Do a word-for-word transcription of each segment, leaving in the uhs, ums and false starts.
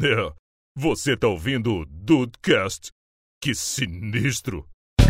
É, você tá ouvindo o Dudecast? Que sinistro!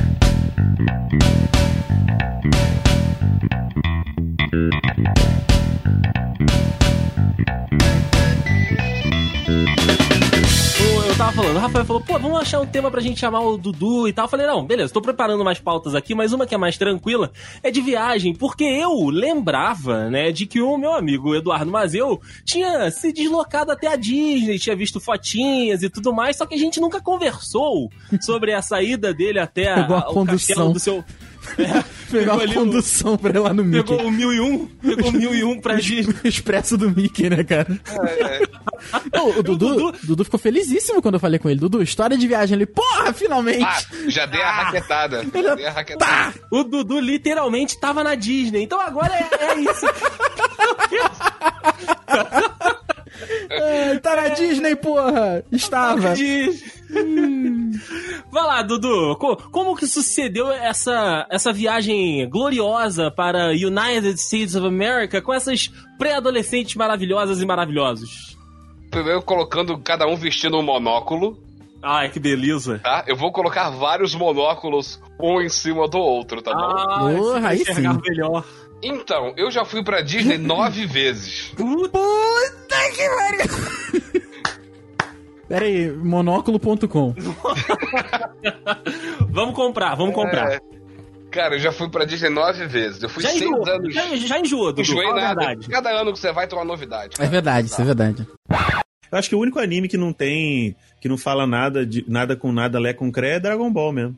Eu tava falando, o Rafael falou, pô, vamos achar um tema pra gente chamar o Dudu e tal. Eu falei, não, beleza, tô preparando mais pautas aqui, mas uma que é mais tranquila é de viagem, porque eu lembrava, né, de que o meu amigo Eduardo Mazeu tinha se deslocado até a Disney, tinha visto fotinhas e tudo mais, só que a gente nunca conversou sobre a saída dele até a, a, o castelo do seu... É, pegou a condução o, pra ir lá no Mickey. Pegou o mil e um, pegou o mil e um pra Disney. O expresso do Mickey, né, cara? É, é. O, o, Dudu, o Dudu... Dudu ficou felicíssimo quando eu falei com ele. Dudu, história de viagem ali. Porra, finalmente! Ah, já dei a raquetada. Já dei a raquetada. Tá. O Dudu literalmente tava na Disney. Então agora é, é isso. É, tá na Disney, porra! Estava. Tá hum. Vai lá, Dudu. Como que sucedeu essa, essa viagem gloriosa para United States of America com essas pré-adolescentes maravilhosas e maravilhosos? Primeiro colocando cada um vestindo um monóculo. Ai, que beleza. Tá? Eu vou colocar vários monóculos um em cima do outro, tá bom? Ah, porra, aí sim. Melhor. Então, eu já fui pra Disney nove vezes. Puta que pariu! Pera aí, monóculo ponto com. Vamos comprar, vamos comprar. É, cara, eu já fui pra Disney nove vezes. Eu fui já seis enjoou, anos. Já, já enjoou, Dudu. Enjoei nada. Cada ano que você vai tem uma novidade. Cara. É verdade, tá. Isso é verdade. Eu acho que o único anime que não tem... que não fala nada, de, nada com nada, lé com cré, é Dragon Ball mesmo.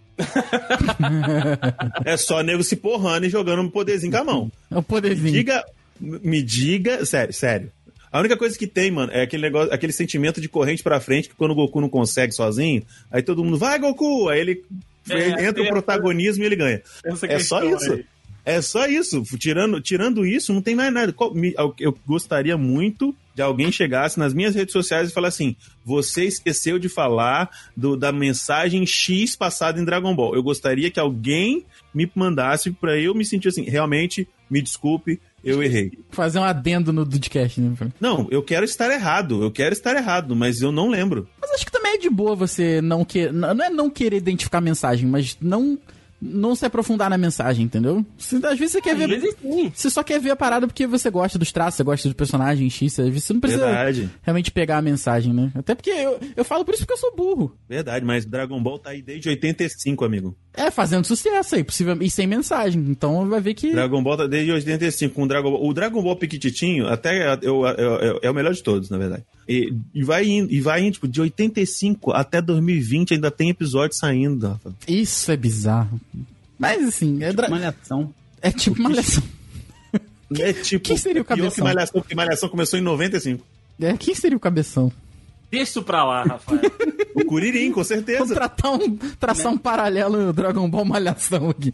É só nego se porrando e jogando um poderzinho com a mão. É o poderzinho. Me diga, me diga... Sério, sério. A única coisa que tem, mano, é aquele negócio, aquele sentimento de corrente pra frente, que quando o Goku não consegue sozinho, aí todo mundo, vai, Goku! Aí ele, é, ele entra o protagonismo e ele ganha. É só isso. Aí. É só isso. Tirando, tirando isso, não tem mais nada. Eu gostaria muito de alguém chegasse nas minhas redes sociais e falasse assim, você esqueceu de falar do, da mensagem X passada em Dragon Ball. Eu gostaria que alguém me mandasse pra eu me sentir assim, realmente, me desculpe, eu errei. Fazer um adendo no Dudcast, né? Não, eu quero estar errado. Eu quero estar errado, mas eu não lembro. Mas acho que também é de boa você não querer... Não é não querer identificar a mensagem, mas não... não se aprofundar na mensagem, entendeu? Se, às vezes você quer ver... Você só quer ver a parada porque você gosta dos traços, você gosta do personagem X, às vezes você não precisa Verdade. realmente pegar a mensagem, né? Até porque eu, eu falo por isso porque eu sou burro. Verdade, mas Dragon Ball tá aí desde oitenta e cinco, amigo. É, fazendo sucesso aí, possivelmente, e sem mensagem. Então vai ver que... Dragon Ball tá desde oitenta e cinco com o Dragon Ball. O Dragon Ball Piquititinho até é, eu, eu, eu, é o melhor de todos, na verdade. E, e vai indo, e vai indo, tipo, de oitenta e cinco até dois mil e vinte ainda tem episódio saindo, Rafa. Isso é bizarro. Mas assim, é tipo dra... malhação. É tipo malhação. É tipo. Quem seria o cabeção? Que malhação, porque malhação começou em noventa e cinco. É, quem seria o cabeção? Deixa isso pra lá, Rafael. O Kuririn, com certeza. Vamos tratar um, traçar né? um paralelo no Dragon Ball Malhação aqui.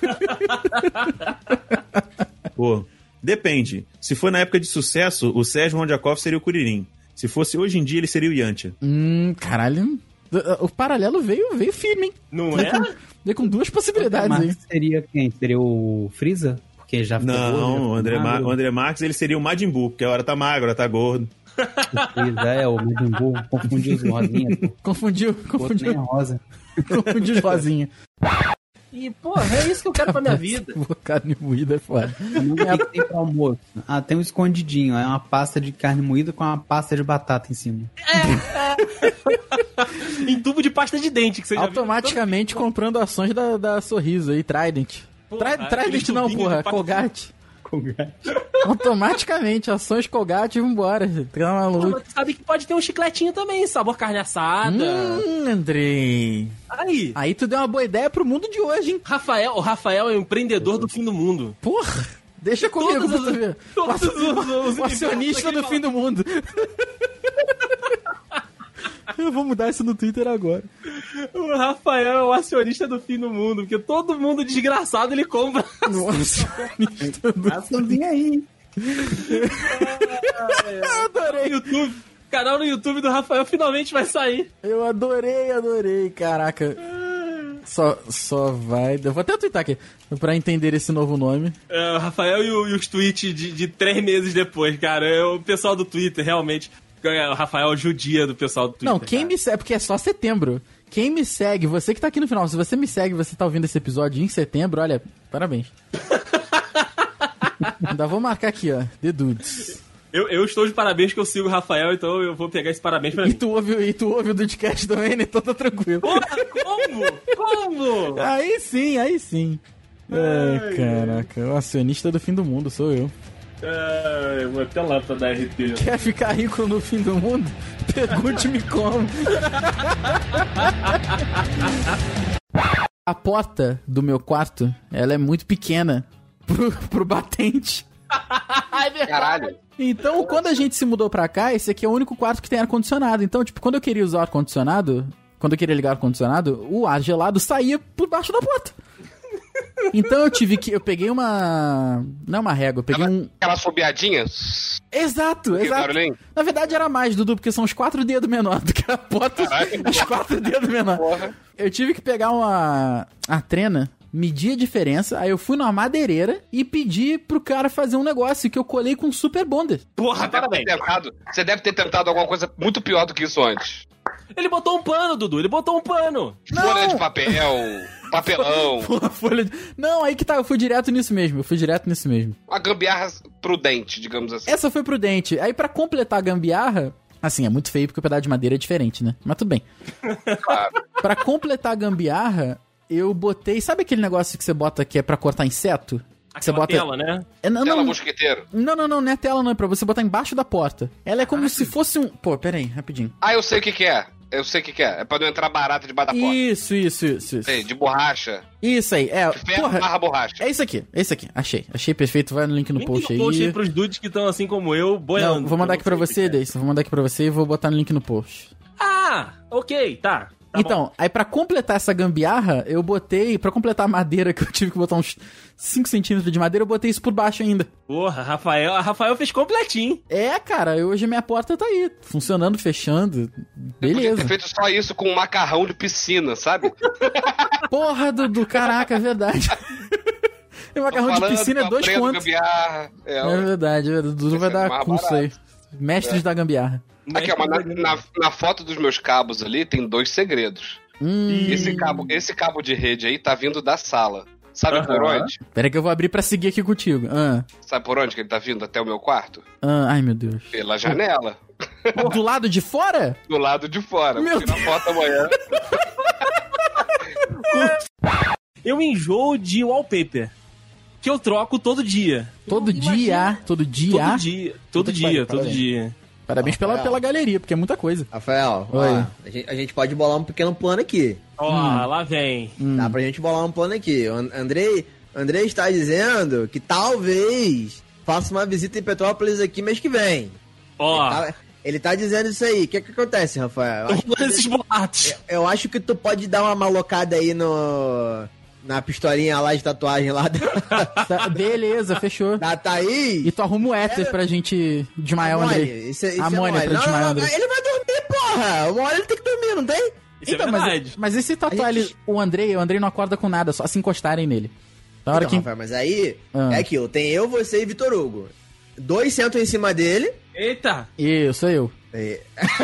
Pô, depende. Se for na época de sucesso, o Sérgio Rondiakov seria o Kuririn. Se fosse hoje em dia, ele seria o Yantia. Hum, caralho. O paralelo veio, veio firme, hein? Não é? Veio com duas possibilidades aí. Seria quem? Seria o Freeza? Porque já ficou Não, gordo, já o, André Mar- o André Marques, ele seria o Majin Buu, porque a hora tá magro, a hora tá gordo. O Freeza, é, o Majin Buu. Confundiu os rosinhas. Confundiu, confundiu. Rosa. Confundiu os rosinhas. E, porra, é isso que eu quero pra minha vida. Carne moída é foda. Não é que tem pra almoço. Ah, tem um escondidinho. É uma pasta de carne moída com uma pasta de batata em cima. É, é. Em tubo de pasta de dente que você já automaticamente viu. Comprando ações da, da Sorriso aí, Trident. Porra, Tri- Trident não, porra, Colgate. Colgate. Automaticamente, ações Colgate e vambora. Tá maluco. Mas tu sabe que pode ter um chicletinho também, sabor carne assada. Hum, Andrei. Aí. Aí tu deu uma boa ideia pro mundo de hoje, hein? Rafael, o Rafael é o empreendedor do fim do mundo. Porra, deixa comigo pra tu ver. Todos os, os, os o acionista do fim do mundo. Eu vou mudar isso no Twitter agora. O Rafael é o acionista do fim do mundo, porque todo mundo desgraçado ele compra. Nossa, açãozinha aí. Eu adorei. YouTube, canal no YouTube do Rafael finalmente vai sair. Eu adorei, adorei, caraca. Só, só vai... Eu vou até twittar aqui, pra entender esse novo nome. É, o Rafael e, o, e os tweets de, de três meses depois, cara. É o pessoal do Twitter, realmente... O Rafael judia do pessoal do Twitter. Não, quem cara. me segue, porque é só setembro. Quem me segue, você que tá aqui no final, se você me segue, você tá ouvindo esse episódio em setembro, olha, parabéns. Ainda vou marcar aqui, ó, The Dudes. Eu, eu estou de parabéns que eu sigo o Rafael, então eu vou pegar esse parabéns pra E mim. tu ouve, e tu ouve o Dudecast também, né? Então tá tranquilo. Porra, como? Como? Aí sim, aí sim. Ai, Ai, caraca, o acionista do fim do mundo sou eu. Ah, eu vou até lá pra dar R T. Quer ficar rico no fim do mundo? Pergunte-me como. A porta do meu quarto, ela é muito pequena pro, pro batente. Caralho. Então, quando a gente se mudou pra cá, esse aqui é o único quarto que tem ar-condicionado. Então, tipo, quando eu queria usar o ar-condicionado, quando eu queria ligar o ar-condicionado, o ar gelado saía por baixo da porta. Então eu tive que... Eu peguei uma... Não é uma régua, eu peguei um... Aquela sobeadinha. Exato, Que exato. barulhinho. Na verdade era mais, Dudu, porque são os quatro dedos menor do que a porta. Caralho. Os quatro dedos menor. Porra. Eu tive que pegar uma... A trena, medir a diferença, aí eu fui numa madeireira e pedi pro cara fazer um negócio que eu colei com super bonder. Porra, Você deve, ter parabéns. tentado, você deve ter tentado alguma coisa muito pior do que isso antes. Ele botou um pano, Dudu, ele botou um pano. Não! Folha de papel, papelão, Pô, folha de... Não, aí que tá, eu fui direto nisso mesmo, eu fui direto nisso mesmo. uma gambiarra prudente, digamos assim. Essa foi prudente. Aí pra completar a gambiarra, assim, é muito feio porque o pedaço de madeira é diferente, né? Mas tudo bem. Claro. Pra completar a gambiarra, eu botei... Sabe aquele negócio que você bota que é pra cortar inseto? Que você Aquela bota... tela, né? É, não, Tela não, mosquiteiro. não, não, não, não é tela, não. É pra você botar embaixo da porta. Ela é como se fosse um... Pô, pera aí, rapidinho. Ah, eu sei o que que é. Eu sei o que que é. É pra não entrar barata debaixo da porta. Isso, isso, isso, isso. Sei, de borracha. Isso aí, é... De ferro Porra, barra borracha. é isso aqui, é isso aqui. Achei, achei perfeito. Vai no link no Link post aí. no post aí pros dudes que estão assim como eu, boiando. Não, vou mandar aqui pra você, Deison. Vou mandar aqui pra você e vou botar no link no post. Ah, ok, tá. Tá Então, bom. aí pra completar essa gambiarra, eu botei... Pra completar a madeira, que eu tive que botar uns cinco centímetros de madeira, eu botei isso por baixo ainda. Porra, Rafael, a Rafael fez completinho. É, cara, eu- hoje minha porta tá aí, funcionando, fechando. Podia Beleza. ter feito só isso com um macarrão de piscina, sabe? Porra, Dudu, caraca, é verdade. E macarrão de Falando, piscina é dois aprendo contos. gambiarra. É, É verdade, é, Dudu vai é dar mais curso barato. aí. Mestres da gambiarra. Aqui, ó, mas na, na, na foto dos meus cabos ali tem dois segredos. Hum, Esse cabo, esse cabo de rede aí tá vindo da sala. Sabe Aham. por onde? pera que eu vou abrir pra seguir aqui contigo. Ah, Sabe por onde que ele tá vindo até o meu quarto? ah, ai, meu Deus. Pela janela. Do lado de fora? Do lado de fora. Meu Vou tirar foto amanhã. Eu enjoo de wallpaper. Que eu troco todo dia. Todo Imagina. dia, todo dia. Todo dia. Todo Puta que dia, pariu, todo parabéns. dia. Parabéns pela, pela galeria, porque é muita coisa. Rafael, Oi. ó, a, gente, a gente pode bolar um pequeno plano aqui. Ó, Hum. lá vem. Dá pra gente bolar um plano aqui. O An- Andrei, Andrei está dizendo que talvez faça uma visita em Petrópolis aqui mês que vem. Ó, Ele tá, ele tá dizendo isso aí. O que que acontece, Rafael? Eu acho, todos esses boatos. eu acho que tu pode dar uma malocada aí no... Na pistolinha lá de tatuagem lá da, Tá, beleza, fechou. da Thaís. E tu arruma o éter pra gente desmaiar o Amônia, André. Isso, é- isso é Amônia mole. pra Não, desmaiar o não, não, André. ele vai dormir, porra. Uma hora ele tem que dormir, não tem? Isso Então, é mas, verdade. mas e se tatuar A gente- ele, o Andrei, o Andrei não acorda com nada, só se encostarem nele. Na hora Então, que... Rafael, mas aí Ah. é aquilo. Tem eu, você e Vitor Hugo. Dois sentam em cima dele. Eita. Isso, sou eu. É.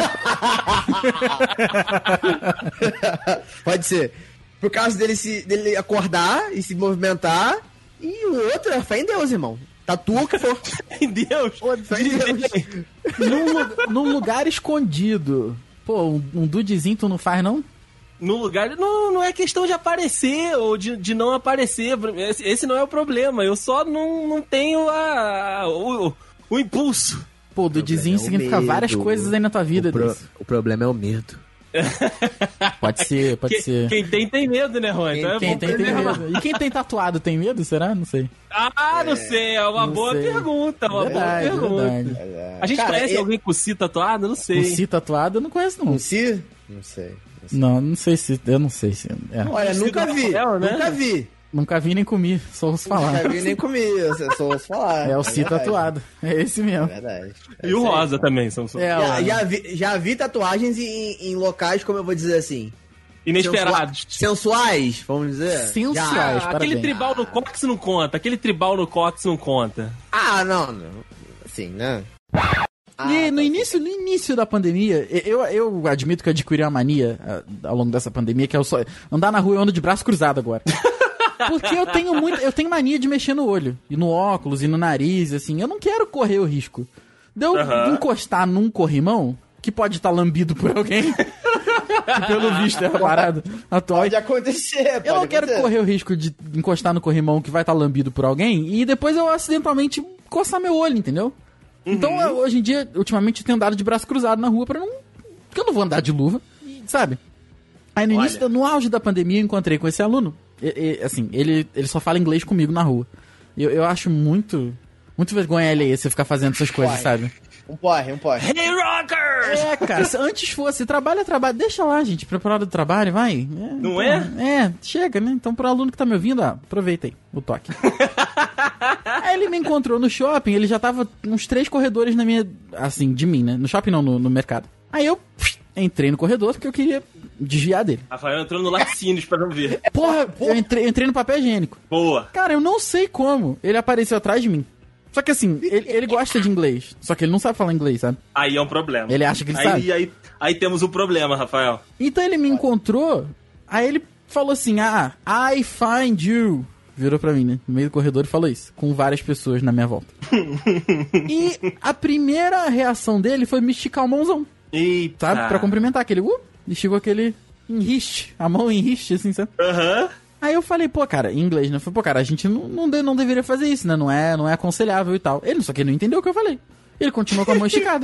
Pode ser. Por causa dele, se, dele acordar e se movimentar. E o outro é fé em Deus, irmão. Tatua o que for. Meu Deus. Fé em Deus. num, lu- num lugar escondido. Pô, um, um dudezinho tu não faz, não? No lugar. Não, não é questão de aparecer ou de, de não aparecer. Esse, esse não é o problema. Eu só não, não tenho a, o, o impulso. Pô, dudezinho é o significa medo. várias coisas aí na tua vida. O, pro- Deus. o problema é o medo. Pode ser, pode Quem, ser. quem tem, tem medo, né, Juan? Então é Quem bom tem, tem preservar. medo. E quem tem tatuado tem medo, será? Não sei. Ah, não sei. É uma Não boa sei. pergunta. Uma Verdade, boa pergunta. verdade. A gente Cara, conhece e- alguém com si tatuado? Não Com sei. si tatuado eu não conheço, não. Um si? Não sei. Não sei. Não, não sei se... Eu não sei se... é. Olha, nunca do vi. Rafael, né? Nunca vi. Nunca vi nem comi, só ouço falar. Nunca vi nem comi. Eu só ouço falar. É o si verdade. tatuado. É esse mesmo. É verdade. E o Rosa também. São, são É, Já, ó. já, vi, já vi tatuagens em, em locais, como eu vou dizer assim, inesperados. sensuais, vamos dizer. Sensuais. Já. Ah, parabéns. aquele tribal no Cox não conta. Aquele tribal no Cox não conta. Ah, não, não. Assim, né? Ah, e no tá início, no início da pandemia, eu, eu admito que eu adquiri uma mania uh, ao longo dessa pandemia, que é eu só andar na rua eu ando de braço cruzado agora. Porque eu tenho muito, eu tenho mania de mexer no olho, e no óculos, e no nariz, assim, eu não quero correr o risco de eu uhum. encostar num corrimão que pode estar lambido por alguém. Que pelo visto é a parada atual. Pode acontecer, pode Eu não acontecer. quero correr o risco de encostar no corrimão que vai estar lambido por alguém e depois eu acidentalmente coçar meu olho, entendeu? Uhum. Então, eu, hoje em dia, ultimamente, eu tenho andado de braço cruzado na rua pra não... Porque eu não vou andar de luva, sabe? Aí no início, no auge da pandemia, eu encontrei com esse aluno. E, e, assim, ele, ele só fala inglês comigo na rua. Eu, eu acho muito... Muito vergonha alheia você ficar fazendo essas coisas, Porre. sabe? Um porre, um porre. Hey, rockers! É, cara, se antes fosse trabalho é trabalho, deixa lá, gente, preparado do trabalho, vai. É, não então, é? É, chega, né? Então pro aluno que tá me ouvindo, ó, aproveita aí o toque. Aí ele me encontrou no shopping, ele já tava uns três corredores na minha, assim, de mim, né? No shopping não, no, no mercado. Aí eu pff, entrei no corredor porque eu queria desviar dele. Rafael entrou no laticínios pra não ver. Porra, eu entrei, eu entrei no papel higiênico. Boa. Cara, eu não sei como ele apareceu atrás de mim. Só que assim, ele, ele gosta de inglês. Só que ele não sabe falar inglês, sabe? Aí é um problema. Ele acha que ele aí, sabe. Aí, aí temos um problema, Rafael. Então ele me encontrou, aí ele falou assim, ah, I find you. Virou pra mim, né? No meio do corredor e falou isso. Com várias pessoas na minha volta. E a primeira reação dele foi me esticar o mãozão. Eita. Sabe? Pra cumprimentar aquele, uh, esticou aquele enriste. A mão enriste, assim, sabe? Aham. Uhum. Aí eu falei, pô, cara, em inglês, né? Eu falei, pô, cara, a gente não, não, de, não deveria fazer isso, né? Não é, não é aconselhável e tal. Ele, só que ele não entendeu o que eu falei. Ele continuou com a mão esticada.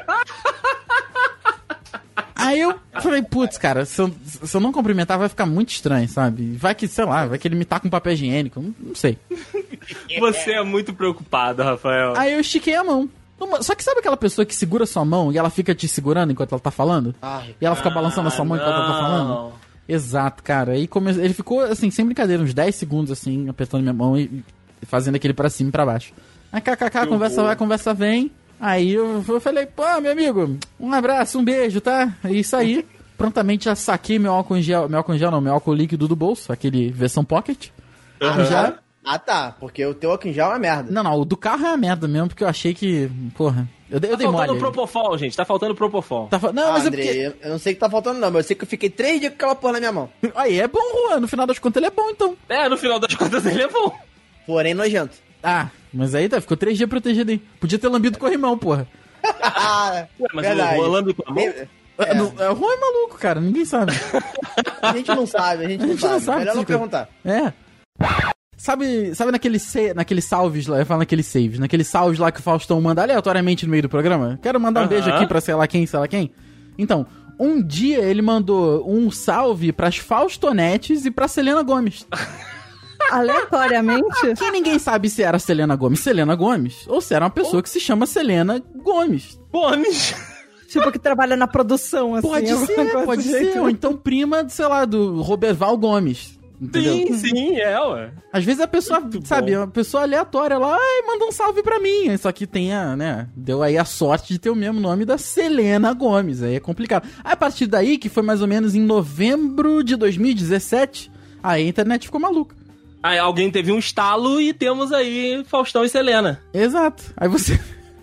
Aí eu falei, putz, cara, se eu, se eu não cumprimentar vai ficar muito estranho, sabe? Vai que, sei lá, vai que ele me tá com papel higiênico, não, não sei. Você é muito preocupado, Rafael. Aí eu estiquei a mão. Só que sabe aquela pessoa que segura sua mão e ela fica te segurando enquanto ela tá falando? Ai, e ela fica balançando a sua mão enquanto ela tá falando? Exato, cara. Aí come... ele ficou, assim, sem brincadeira, uns dez segundos, assim, apertando minha mão e fazendo aquele pra cima e pra baixo. Aí, kkk, conversa vai, conversa vem. Aí eu, eu falei, pô, meu amigo, um abraço, um beijo, tá? É isso aí. Prontamente já saquei meu álcool em gel, meu álcool em gel não, meu álcool líquido do bolso, aquele versão pocket. Uhum. Já... Ah, tá, porque o teu álcool em gel é uma merda. Não, não, o do carro é uma merda mesmo, porque eu achei que, porra... Eu, eu tá dei mole. Tá faltando propofol, gente. Tá faltando propofol. Tá fa... Não, ah, mas Andrei, é porque... eu não sei o que tá faltando não, mas eu sei que eu fiquei três dias com aquela porra na minha mão. Aí é bom, Juan. No final das contas ele é bom, então. É, no final das contas ele é bom. Porém nojento. Ah, mas aí tá, ficou três dias protegido aí. Podia ter lambido o corrimão, porra. Ah, Ué, mas verdade. o Juan lambe com a mão? É. É. O Juan é maluco, cara. Ninguém sabe. A gente não sabe, a gente, A gente não, não sabe. sabe Melhor não disso, perguntar. É. Sabe, sabe naquele, sa- naquele salves lá, eu falo naquele saves, naquele salves lá que o Faustão manda aleatoriamente no meio do programa? Quero mandar um Uhum. beijo aqui pra sei lá quem, sei lá quem. Então, um dia ele mandou um salve pras Faustonetes e pra Selena Gomes. Aleatoriamente? Que ninguém sabe se era Selena Gomes, Selena Gomes, ou se era uma pessoa que se chama Selena Gomes. Gomes. Tipo, que trabalha na produção, assim. Pode alguma ser, coisa pode do ser. jeito. Ou então prima, sei lá, do Roberval Gomes. Entendeu? Sim, sim, é, ué. Às vezes a pessoa, Muito sabe, bom. uma pessoa aleatória lá, ai, manda um salve pra mim. Só que tem a, né, deu aí a sorte de ter o mesmo nome da Selena Gomes. Aí é complicado. Aí a partir daí, que foi mais ou menos em novembro de dois mil e dezessete, aí a internet ficou maluca. Aí alguém teve um estalo e temos aí Faustão e Selena. Exato. Aí você...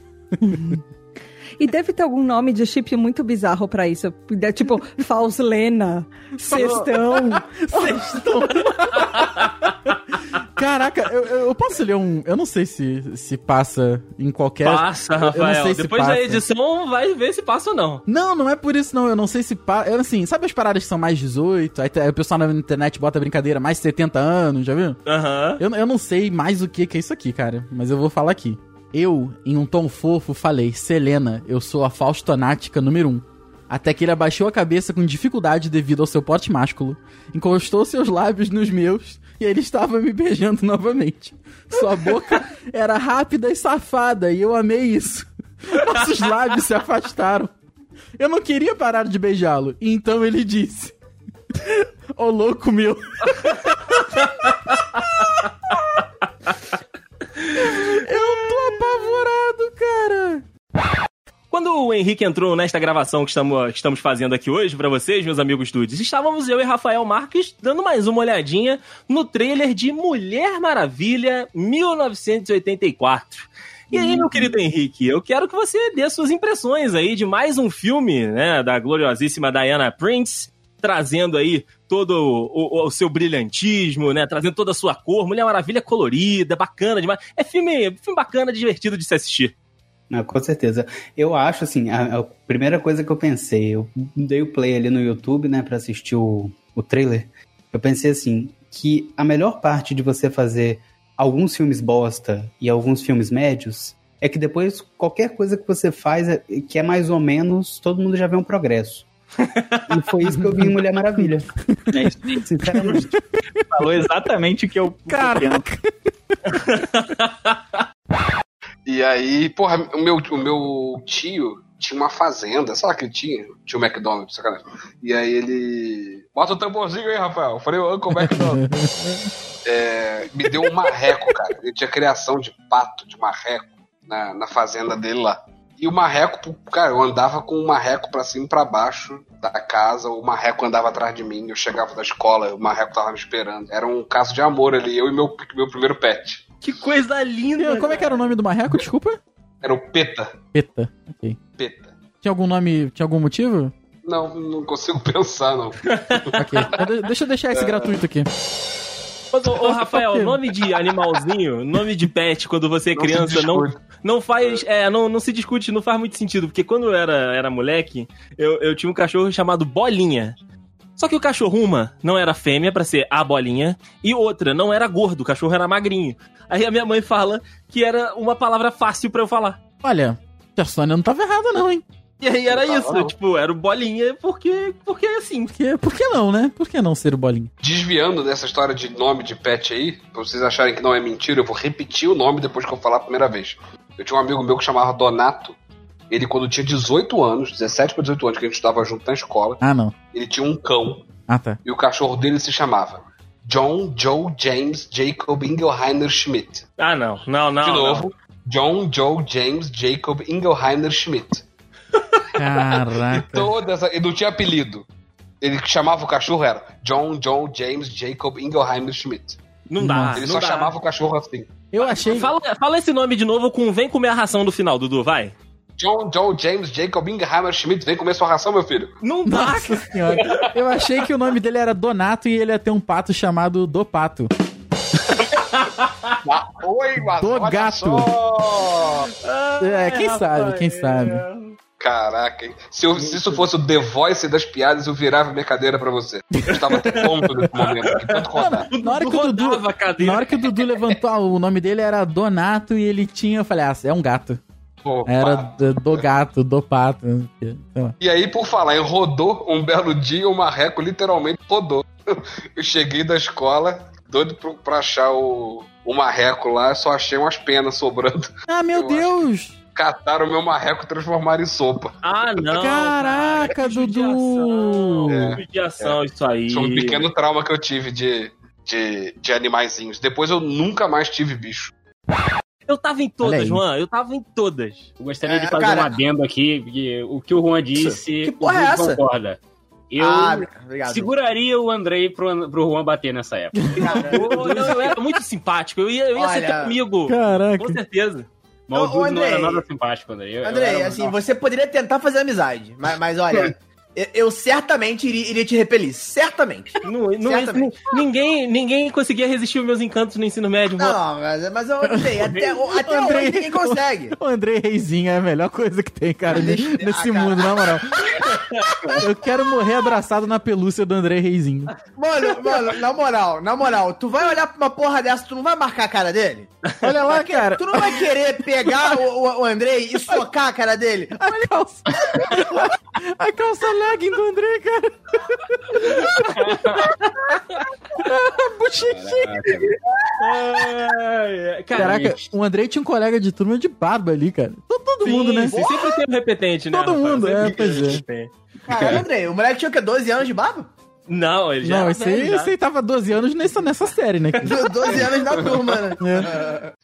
E deve ter algum nome de chip muito bizarro pra isso. Tipo, Fauslena, Sextão. Sextão. Caraca, eu, eu posso ler um... Eu não sei se, se passa em qualquer... Passa, Rafael. Eu não sei se Depois passa. da edição vai ver se passa ou não. Não, não é por isso não, eu não sei se passa... Eu, assim, sabe as paradas que são mais dezoito? Aí, aí o pessoal na internet bota brincadeira, mais setenta anos, já viu? Aham. Eu, eu não sei mais o que, que é isso aqui, cara, mas eu vou falar aqui. Eu, em um tom fofo, falei, Selena, eu sou a faustonática número um. Até que ele abaixou a cabeça com dificuldade devido ao seu porte másculo, encostou seus lábios nos meus e ele estava me beijando novamente. Sua boca era rápida e safada e eu amei isso. Nossos lábios se afastaram. Eu não queria parar de beijá-lo, e então ele disse... Ô louco meu... Eu tô apavorado, cara. Quando o Henrique entrou nesta gravação que estamos, que estamos fazendo aqui hoje pra vocês, meus amigos dudes, estávamos eu e Rafael Marques dando mais uma olhadinha no trailer de Mulher Maravilha mil novecentos e oitenta e quatro. E aí, meu querido Henrique, eu quero que você dê suas impressões aí de mais um filme, né, da gloriosíssima Diana Prince, trazendo aí todo o, o, o seu brilhantismo, né, trazendo toda a sua cor, Mulher Maravilha colorida, bacana demais. É filme, filme bacana, divertido de se assistir. Não, com certeza. Eu acho, assim, a, a primeira coisa que eu pensei, eu dei o play ali no YouTube, né, pra assistir o, o trailer, eu pensei assim, que a melhor parte de você fazer alguns filmes bosta e alguns filmes médios é que depois qualquer coisa que você faz que é mais ou menos, todo mundo já vê um progresso. E foi isso que eu vi em Mulher Maravilha. É isso, sinceramente. Falou exatamente o que eu... Caraca! E aí, porra, o meu, o meu tio tinha uma fazenda, sabe que ele tinha? Tinha o McDonald's, sacanagem. E aí ele... Bota o tamborzinho aí, Rafael. Eu falei, o Uncle McDonald's. É, me deu um marreco, cara. Ele tinha criação de pato, de marreco, na, na fazenda dele lá. E o marreco, cara, eu andava com o marreco pra cima e pra baixo da casa, o marreco andava atrás de mim, eu chegava da escola, o marreco tava me esperando. Era um caso de amor ali, eu e meu, meu primeiro pet. Que coisa linda! Como cara. É que era o nome do marreco, desculpa? Era o Peta. Peta, ok. Peta. Tinha algum nome, tinha algum motivo? Não, não consigo pensar, não. Ok, então, deixa eu deixar esse é... gratuito aqui. Mas, ô, ô, Rafael, nome de animalzinho, nome de pet, quando você é criança, não, não faz. É, não, não se discute, não faz muito sentido. Porque quando eu era, era moleque, eu, eu tinha um cachorro chamado Bolinha. Só que o cachorro, uma, não era fêmea pra ser a Bolinha, e outra, não era gordo, o cachorro era magrinho. Aí a minha mãe fala que era uma palavra fácil pra eu falar. Olha, a Sônia não tava errada, não, hein? E aí era ah, isso, não. Tipo, era o Bolinha, porque, porque assim. Porque, por que não, né? Por que não ser o Bolinha? Desviando dessa história de nome de pet aí, pra vocês acharem que não é mentira, eu vou repetir o nome depois que eu falar a primeira vez. Eu tinha um amigo meu que chamava Donato. Ele, quando tinha dezoito anos, dezessete para dezoito anos, que a gente estava junto na escola. Ah, não. Ele tinha um cão. Ah, tá. E o cachorro dele se chamava John Joe James Jacob Ingelheiner Schmidt. Ah, não. Não, não. De novo, não. John Joe James Jacob Ingelheiner Schmidt. Caraca. E toda essa... Ele não tinha apelido. Ele que chamava o cachorro era John Joe James Jacob Ingelheiner Schmidt. Não dá. Ele não só dá. chamava o cachorro assim. Eu achei... Fala, fala esse nome de novo com vem comer a ração do final, Dudu, vai. John Joe James Jacob Ingelheiner Schmidt, vem comer sua ração, meu filho. Não dá. Nossa senhora. Eu achei que o nome dele era Donato e ele ia ter um pato chamado Do Pato. Ah, oi, mas Do Gato. É, quem Ai, sabe, rapaz, quem sabe. Caraca, hein? Se, eu, se isso fosse o The Voice das piadas, eu virava minha cadeira pra você. Eu estava até tonto nesse momento aqui, tanto rodar. Na hora que o Dudu, na hora que o Dudu levantou, o nome dele era Donato e ele tinha, eu falei, ah, é um gato. Oh, era do, do gato, do pato. E aí, por falar em rodou, um belo dia o marreco literalmente rodou. Eu cheguei da escola, doido pro, pra achar o, o marreco lá, só achei umas penas sobrando. Ah, meu eu Deus! Acho. Cataram o meu marreco e transformaram em sopa. Ah, não. Caraca, cara, Dudu! É, judiação, é. Isso aí. Foi um pequeno trauma que eu tive de, de, de animaizinhos. Depois eu nunca mais tive bicho. Eu tava em todas, Juan. Eu tava em todas. Eu gostaria é, de fazer cara... um adendo aqui, porque o que o Juan disse, que porra o é essa? Concorda. Eu ah, obrigado. seguraria o Andrei pro, pro Juan bater nessa época. Pô, não, eu era muito simpático. Eu ia, eu ia Olha... ser teu amigo. Caraca. Com certeza. Mas o Dudu não era nada simpático, Andrei. Eu, Andrei, eu era... assim, você poderia tentar fazer amizade, mas, mas olha... Eu, eu certamente iria, iria te repelir. Certamente. Não, não, certamente. Ninguém, ninguém conseguia resistir aos meus encantos no ensino médio. Não, não mas, mas eu sei. Até, até Andrei, hoje ninguém consegue. O Andrei Reizinho é a melhor coisa que tem, cara, nesse ah, mundo, cara. Na moral. Eu quero morrer abraçado na pelúcia do Andrei Reizinho. Mano, mano, na moral, na moral, tu vai olhar pra uma porra dessa, tu não vai marcar a cara dele? Olha lá, cara. Tu não vai querer pegar o, o, o Andrei e socar a cara dele? A calça... A calça legging do André, cara. Bochechinha. Caraca, o André tinha um colega de turma de barba ali, cara. Todo, todo sim, mundo, né? Sim, sempre tem um repetente, né? Todo mundo, é, pois é. Caralho, André, o moleque tinha o quê? doze anos de barba? Não, ele já Não, esse aí, esse aí tava doze anos nessa, nessa série, né? doze anos na turma, né? É.